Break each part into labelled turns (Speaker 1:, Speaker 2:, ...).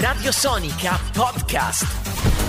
Speaker 1: Radio Sonica Podcast.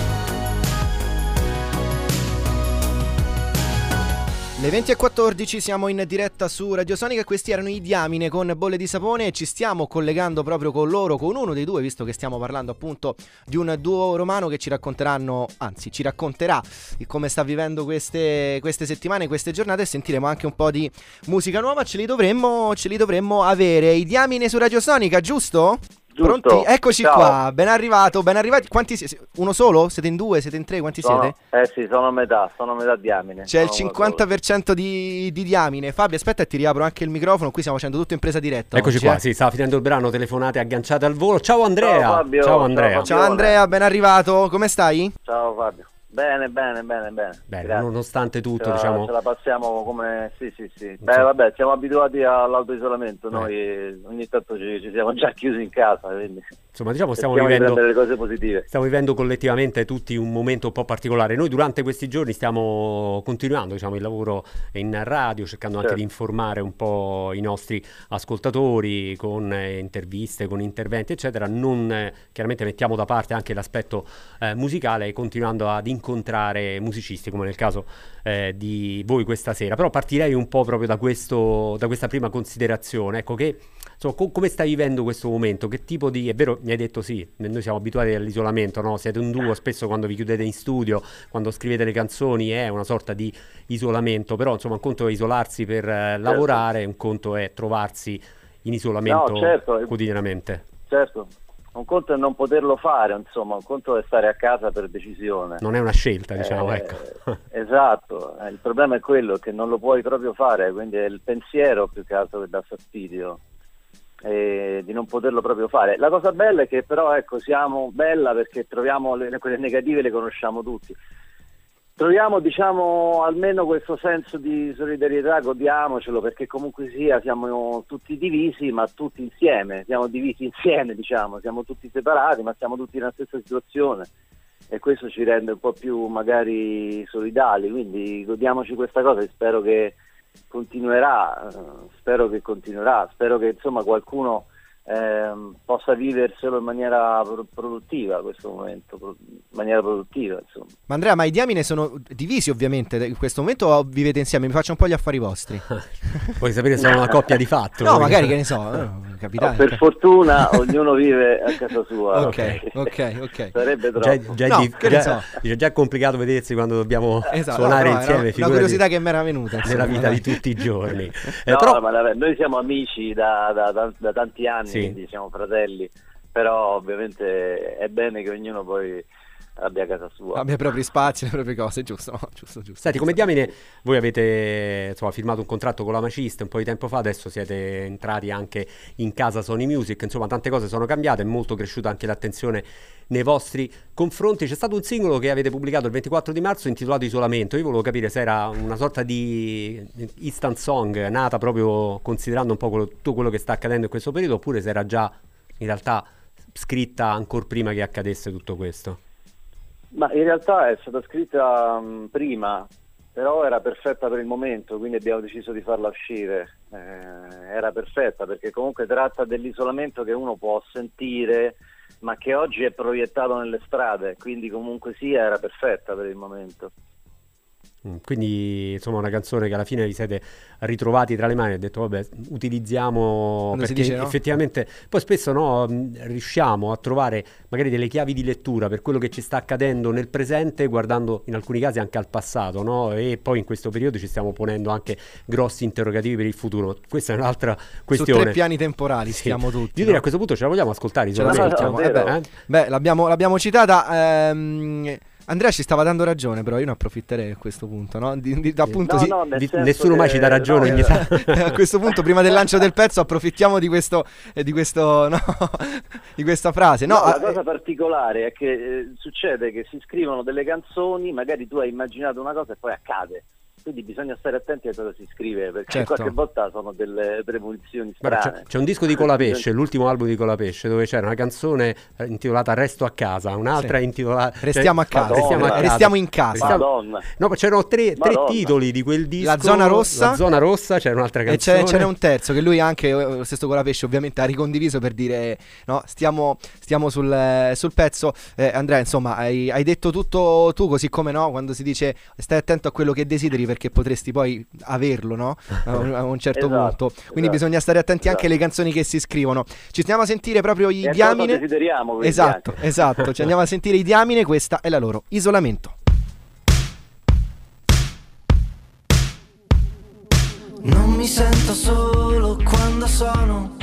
Speaker 2: Le 20:14 siamo in diretta su Radio Sonica e questi erano i Diamine con Bolle di Sapone e ci stiamo collegando proprio con loro, con uno dei due, visto che stiamo parlando appunto di un duo romano che ci racconteranno, anzi ci racconterà come sta vivendo queste settimane, queste giornate, e sentiremo anche un po' di musica nuova. Ce li dovremmo avere, i Diamine su Radio Sonica, giusto?
Speaker 3: Giusto.
Speaker 2: Pronti? Eccoci
Speaker 3: Ciao.
Speaker 2: qua, ben arrivati. Quanti uno solo? Siete in due? Siete in tre? Quanti siete?
Speaker 3: Sì, sono a metà Diamine.
Speaker 2: C'è il 50% di Diamine. Fabio, aspetta e ti riapro anche il microfono. Qui stiamo facendo tutto in presa diretta.
Speaker 4: Eccoci
Speaker 2: oggi,
Speaker 4: qua, sì, stava finendo il brano, telefonate agganciate al volo. Ciao Andrea.
Speaker 3: Ciao Fabio.
Speaker 4: Ciao Andrea.
Speaker 2: Ciao Andrea, ben arrivato. Come stai?
Speaker 3: Ciao Fabio. Bene.
Speaker 4: Bene, nonostante tutto,
Speaker 3: ce la passiamo come... Sì. Beh, vabbè, siamo abituati all'autoisolamento. Noi ogni tanto ci siamo già chiusi in casa, quindi...
Speaker 4: Insomma, diciamo stiamo
Speaker 3: di
Speaker 4: vivendo
Speaker 3: delle cose positive.
Speaker 4: Stiamo vivendo collettivamente tutti un momento un po' particolare. Noi durante questi giorni stiamo continuando, diciamo, il lavoro in radio, cercando anche di informare un po' i nostri ascoltatori con interviste, con interventi, eccetera. Non chiaramente mettiamo da parte anche l'aspetto musicale, continuando ad incontrare musicisti, come nel caso di voi questa sera. Però partirei un po' proprio da questa prima considerazione. Ecco, che insomma, come stai vivendo questo momento? Che tipo di... È vero, mi hai detto sì, noi siamo abituati all'isolamento, no? Siete un duo, spesso quando vi chiudete in studio, quando scrivete le canzoni è una sorta di isolamento, però insomma un conto è isolarsi per lavorare, un conto è trovarsi in isolamento quotidianamente.
Speaker 3: Certo, un conto è non poterlo fare, insomma, un conto è stare a casa per decisione.
Speaker 4: Non è una scelta, diciamo, ecco.
Speaker 3: Esatto, il problema è quello che non lo puoi proprio fare, quindi è il pensiero più che altro che dà fastidio. Di non poterlo proprio fare. La cosa bella è che però siamo bella perché troviamo quelle negative, le conosciamo tutti. Troviamo, diciamo, almeno questo senso di solidarietà, godiamocelo, perché comunque sia siamo tutti divisi ma tutti insieme, siamo divisi insieme, diciamo, siamo tutti separati ma siamo tutti nella stessa situazione e questo ci rende un po' più magari solidali, quindi godiamoci questa cosa e spero che continuerà, spero che insomma qualcuno possa viverselo in maniera produttiva questo momento, in maniera produttiva, insomma.
Speaker 2: Ma Andrea, ma i Diamine sono divisi ovviamente in questo momento o vivete insieme? Mi faccio un po' gli affari vostri.
Speaker 4: Puoi sapere se sono una coppia di fatto?
Speaker 2: No, magari, che ne so, capitale.
Speaker 3: Per fortuna ognuno vive a casa sua.
Speaker 2: Ok.
Speaker 3: Sarebbe troppo.
Speaker 4: Già è complicato vedersi quando dobbiamo suonare insieme.
Speaker 2: Una curiosità che mi era venuta
Speaker 4: nella vita di tutti i giorni.
Speaker 3: Ma noi siamo amici da tanti anni,
Speaker 4: sì.
Speaker 3: Quindi siamo fratelli, però ovviamente è bene che ognuno poi abbia casa sua,
Speaker 2: abbia i propri spazi, le proprie cose, giusto.
Speaker 4: Senti, come Diamine voi avete firmato un contratto con la Maciste un po' di tempo fa, adesso siete entrati anche in casa Sony Music, insomma tante cose sono cambiate, è molto cresciuta anche l'attenzione nei vostri confronti. C'è stato un singolo che avete pubblicato il 24 di marzo intitolato Isolamento. Io volevo capire se era una sorta di instant song nata proprio considerando un po' tutto quello che sta accadendo in questo periodo, oppure se era già in realtà scritta ancora prima che accadesse tutto questo.
Speaker 3: Ma in realtà è stata scritta prima, però era perfetta per il momento, quindi abbiamo deciso di farla uscire. Era perfetta perché comunque tratta dell'isolamento che uno può sentire, ma che oggi è proiettato nelle strade, quindi comunque sia era perfetta per il momento.
Speaker 4: Quindi insomma una canzone che alla fine vi siete ritrovati tra le mani e ho detto vabbè utilizziamo, perché
Speaker 2: dice, no?
Speaker 4: Effettivamente poi spesso riusciamo a trovare magari delle chiavi di lettura per quello che ci sta accadendo nel presente, guardando in alcuni casi anche al passato, no? E poi in questo periodo ci stiamo ponendo anche grossi interrogativi per il futuro. Questa è un'altra questione.
Speaker 2: Su 3 piani temporali stiamo tutti.
Speaker 4: Io direi a questo punto ce la vogliamo ascoltare.
Speaker 2: Beh, l'abbiamo citata. Andrea ci stava dando ragione, però io ne approfitterei a questo punto, no?
Speaker 4: Nessuno mai ci dà ragione ogni tanto.
Speaker 2: A questo punto, prima del lancio del pezzo, approfittiamo di questa frase.
Speaker 3: La cosa particolare è che succede che si scrivono delle canzoni, magari tu hai immaginato una cosa e poi accade. quindi bisogna stare attenti a cosa si scrive, perché
Speaker 2: Certo.
Speaker 3: qualche volta sono delle premonizioni
Speaker 4: Guarda,
Speaker 3: strane.
Speaker 4: c'è un disco di Colapesce, l'ultimo album di Colapesce, dove c'era una canzone intitolata Resto a casa, un'altra
Speaker 2: Sì.
Speaker 4: intitolata
Speaker 2: Restiamo a casa,
Speaker 3: Madonna.
Speaker 2: restiamo in casa.
Speaker 3: Madonna.
Speaker 4: No, c'erano tre
Speaker 3: Madonna.
Speaker 4: titoli di quel disco.
Speaker 2: La Zona Rossa.
Speaker 4: La Zona Rossa, c'era un'altra
Speaker 2: E
Speaker 4: canzone.
Speaker 2: ce n'è un terzo che lui anche, lo stesso Colapesce ovviamente, ha ricondiviso per dire no, stiamo sul pezzo. Andrea, insomma, hai detto tutto tu, così come no, quando si dice stai attento a quello che desideri perché potresti poi averlo, no? A un certo
Speaker 3: Esatto,
Speaker 2: punto. Quindi
Speaker 3: esatto,
Speaker 2: bisogna stare attenti anche
Speaker 3: esatto.
Speaker 2: alle canzoni che si scrivono. Ci stiamo a sentire proprio i
Speaker 3: E
Speaker 2: Diamine.
Speaker 3: cosa desideriamo, quindi,
Speaker 2: Esatto,
Speaker 3: anche.
Speaker 2: esatto. Ci andiamo a sentire i Diamine, questa è la loro Isolamento.
Speaker 5: Non mi sento solo quando sono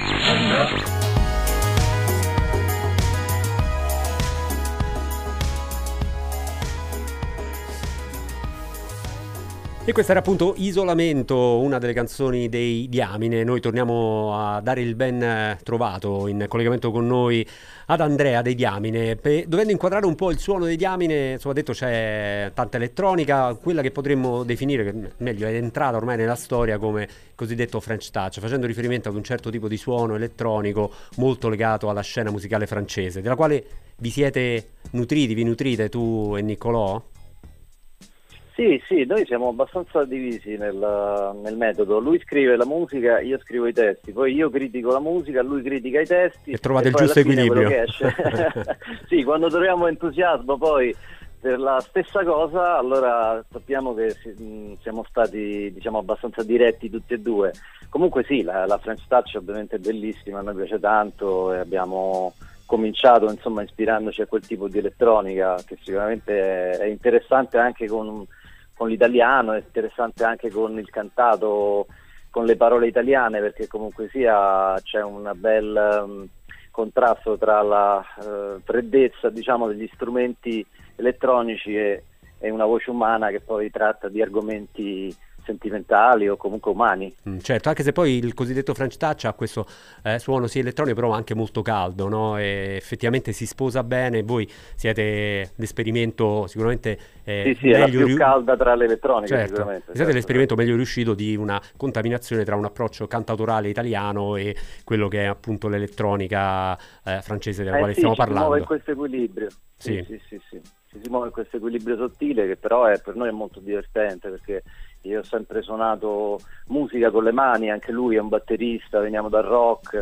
Speaker 4: E questa era appunto Isolamento, una delle canzoni dei Diamine. Noi torniamo a dare il ben trovato in collegamento con noi ad Andrea dei Diamine. Dovendo inquadrare un po' il suono dei Diamine, insomma, detto c'è tanta elettronica, quella che potremmo definire, che meglio è entrata ormai nella storia come cosiddetto French Touch, facendo riferimento ad un certo tipo di suono elettronico molto legato alla scena musicale francese, della quale vi nutrite tu e Niccolò?
Speaker 3: Sì, noi siamo abbastanza divisi nel metodo. Lui scrive la musica, io scrivo i testi, poi io critico la musica, lui critica i testi.
Speaker 4: E trovate il
Speaker 3: poi
Speaker 4: giusto
Speaker 3: alla fine quello
Speaker 4: equilibrio.
Speaker 3: che esce. Sì, quando troviamo entusiasmo poi per la stessa cosa, allora sappiamo che siamo stati, diciamo, abbastanza diretti tutti e due. Comunque sì, la French Touch ovviamente è bellissima, a noi piace tanto e abbiamo cominciato, insomma, ispirandoci a quel tipo di elettronica che sicuramente è interessante anche con l'italiano, è interessante anche con il cantato, con le parole italiane, perché comunque sia c'è un bel contrasto tra la freddezza, diciamo, degli strumenti elettronici e una voce umana che poi tratta di argomenti sentimentali o comunque umani.
Speaker 4: Certo, anche se poi il cosiddetto French Touch ha questo suono sì elettronico, però anche molto caldo, no? E effettivamente si sposa bene. Voi siete l'esperimento sicuramente
Speaker 3: sì, è la più calda tra le elettroniche,
Speaker 4: certo,
Speaker 3: sicuramente.
Speaker 4: siete l'esperimento meglio riuscito di una contaminazione tra un approccio cantautorale italiano e quello che è appunto l'elettronica francese della quale stiamo parlando.
Speaker 3: Si muove in questo equilibrio. Sì. Si muove in questo equilibrio sottile che però per noi è molto divertente, perché io ho sempre suonato musica con le mani, anche lui è un batterista, veniamo dal rock,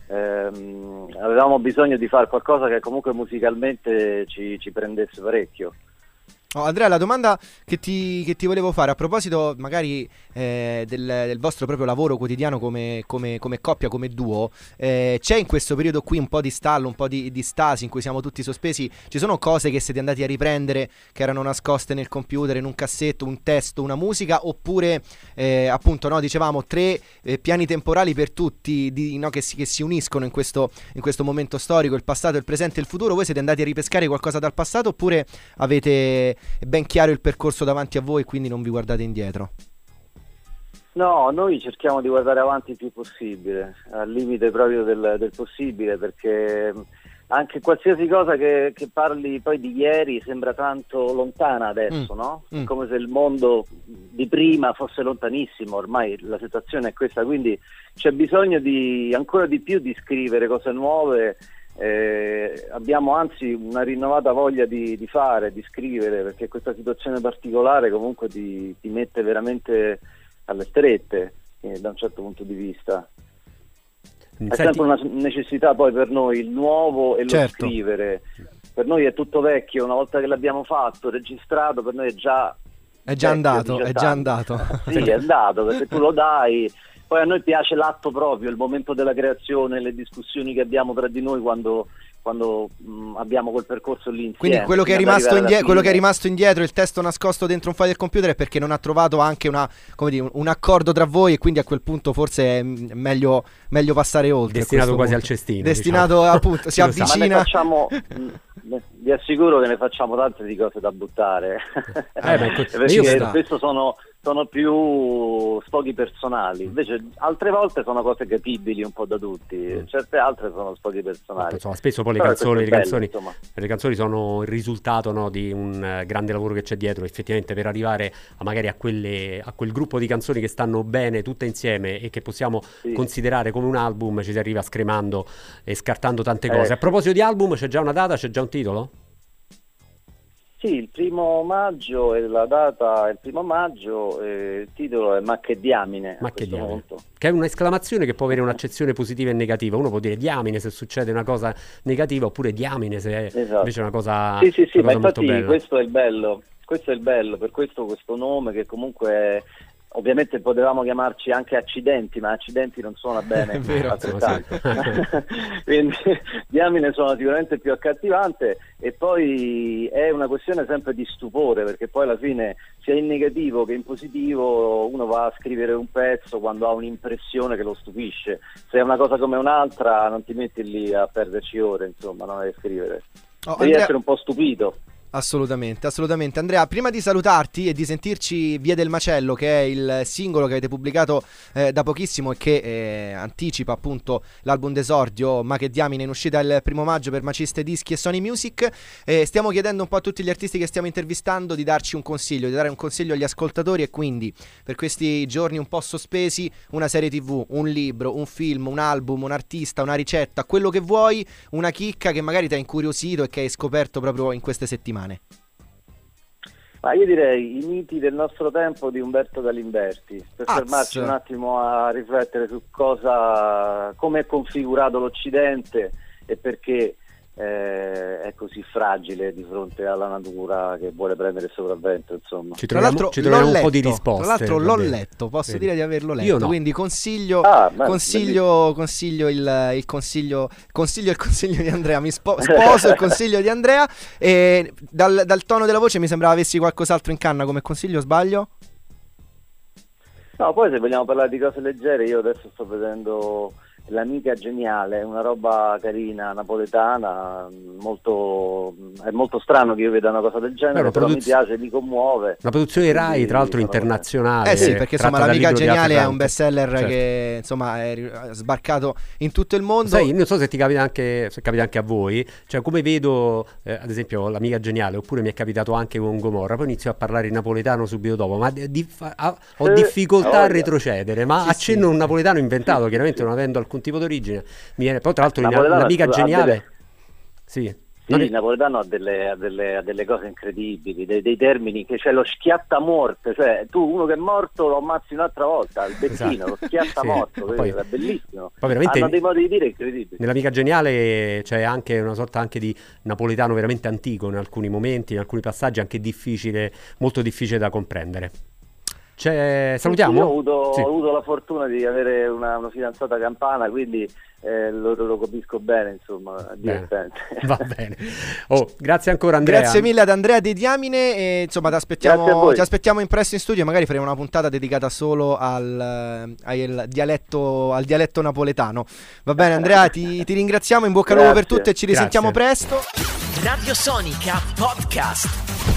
Speaker 3: avevamo bisogno di fare qualcosa che comunque musicalmente ci prendesse parecchio.
Speaker 2: Andrea, la domanda che ti volevo fare a proposito magari del vostro proprio lavoro quotidiano come coppia, come duo, c'è in questo periodo qui un po' di stallo, un po' di stasi in cui siamo tutti sospesi? Ci sono cose che siete andati a riprendere che erano nascoste nel computer, in un cassetto, un testo, una musica, oppure appunto, no, dicevamo tre piani temporali per tutti, no, che si uniscono in questo momento storico, il passato, il presente e il futuro? Voi siete andati a ripescare qualcosa dal passato, oppure avete ben chiaro il percorso davanti a voi e quindi non vi guardate indietro?
Speaker 3: No, noi cerchiamo di guardare avanti il più possibile, al limite proprio del possibile, perché anche qualsiasi cosa che parli poi di ieri sembra tanto lontana adesso, no? È come se il mondo di prima fosse lontanissimo, ormai la situazione è questa, quindi c'è bisogno di ancora di più di scrivere cose nuove. Abbiamo anzi una rinnovata voglia di fare, di scrivere, perché questa situazione particolare comunque ti mette veramente alle strette, da un certo punto di vista. È sempre una necessità poi per noi il nuovo e lo scrivere. Per noi è tutto vecchio, una volta che l'abbiamo fatto, registrato, per noi è già
Speaker 2: andato.
Speaker 3: Sì, è andato, perché tu lo dai. Poi a noi piace l'atto proprio, il momento della creazione, le discussioni che abbiamo tra di noi quando abbiamo quel percorso lì insieme.
Speaker 2: Quindi quello che è rimasto indietro, il testo nascosto dentro un file del computer, è perché non ha trovato anche un accordo tra voi, e quindi a quel punto forse è meglio passare oltre.
Speaker 4: Destinato quasi al cestino.
Speaker 2: Destinato, diciamo. Appunto, si avvicina.
Speaker 3: Vi assicuro che ne facciamo tante di cose da buttare.
Speaker 2: Perché
Speaker 3: spesso sono sono più sfoghi personali, invece altre volte sono cose capibili un po' da tutti, certe altre sono sfoghi personali.
Speaker 4: Insomma, spesso poi le canzoni sono il risultato, no, di un grande lavoro che c'è dietro, effettivamente, per arrivare magari a quel gruppo di canzoni che stanno bene tutte insieme e che possiamo considerare come un album. Ci si arriva scremando e scartando tante cose. A proposito di album, c'è già una data, c'è già un titolo?
Speaker 3: Sì, il 1 maggio, e la data è il 1 maggio, il titolo è Ma che diamine.
Speaker 4: Ma che diamine, che è un'esclamazione che può avere un'accezione positiva e negativa. Uno può dire diamine se succede una cosa negativa, oppure diamine se invece è una cosa,
Speaker 3: sì,
Speaker 4: una cosa
Speaker 3: ma infatti
Speaker 4: molto bella.
Speaker 3: Questo è il bello, per questo nome, che comunque ovviamente potevamo chiamarci anche accidenti, ma accidenti non suona bene.
Speaker 2: È vero,
Speaker 3: altrettanto. Quindi diamine suona sicuramente più accattivante, e poi è una questione sempre di stupore, perché poi alla fine sia in negativo che in positivo uno va a scrivere un pezzo quando ha un'impressione che lo stupisce. Se è una cosa come un'altra non ti metti lì a perderci ore, insomma, non è scrivere. Devi essere un po' stupito.
Speaker 2: Assolutamente. Andrea, prima di salutarti e di sentirci Via del Macello, che è il singolo che avete pubblicato da pochissimo e che anticipa appunto l'album d'esordio Ma che diamine, in uscita il 1 maggio per Maciste Dischi e Sony Music, stiamo chiedendo un po' a tutti gli artisti che stiamo intervistando di darci un consiglio, di dare un consiglio agli ascoltatori, e quindi per questi giorni un po' sospesi una serie TV, un libro, un film, un album, un artista, una ricetta, quello che vuoi, una chicca che magari ti ha incuriosito e che hai scoperto proprio in queste settimane.
Speaker 3: Ma io direi I miti del nostro tempo di Umberto Galimberti, per fermarci un attimo a riflettere su come è configurato l'Occidente e perché è così fragile di fronte alla natura che vuole prendere il sopravvento, insomma.
Speaker 4: Ci troviamo un po' di risposte.
Speaker 2: Tra l'altro l'ho letto, posso dire di averlo letto. Io no. Quindi consiglio il consiglio di Andrea. Mi sposo il consiglio di Andrea. E dal tono della voce mi sembrava avessi qualcos'altro in canna come consiglio, sbaglio?
Speaker 3: No, poi se vogliamo parlare di cose leggere, io adesso sto vedendo L'amica geniale, una roba carina, napoletana, è molto strano che io veda una cosa del genere, però mi piace, mi commuove.
Speaker 4: Una produzione Rai, tra l'altro internazionale.
Speaker 2: Sì, perché insomma L'amica geniale è un best seller, certo, che insomma è sbarcato in tutto il mondo.
Speaker 4: Sai, non so se ti capita anche, a voi, cioè come vedo ad esempio L'amica geniale, oppure mi è capitato anche con Gomorra, poi inizio a parlare in napoletano subito dopo, ma ho difficoltà a retrocedere, ma accenno un napoletano inventato, chiaramente non avendo alcun tipo d'origine. Mi viene poi tra l'altro L'amica geniale.
Speaker 3: Il napoletano ha delle cose incredibili, dei termini, che c'è lo schiattamorte, cioè tu uno che è morto lo ammazzi un'altra volta, il becchino, lo schiattamorto, poi, è bellissimo. Poi veramente hanno dei modi di dire incredibili.
Speaker 4: Nell'amica geniale c'è anche una sorta anche di napoletano veramente antico in alcuni momenti, in alcuni passaggi anche difficile, molto difficile da comprendere. Salutiamo?
Speaker 3: Io ho avuto la fortuna di avere una fidanzata campana, quindi lo capisco bene, insomma, è divertente.
Speaker 4: Va bene. Grazie ancora Andrea.
Speaker 2: Grazie mille ad Andrea De Diamine, e insomma ti aspettiamo in presto in studio, magari faremo una puntata dedicata solo al dialetto napoletano. Va bene Andrea, ti ringraziamo, in bocca al lupo per tutto e ci risentiamo presto.
Speaker 1: Radio Sonica Podcast.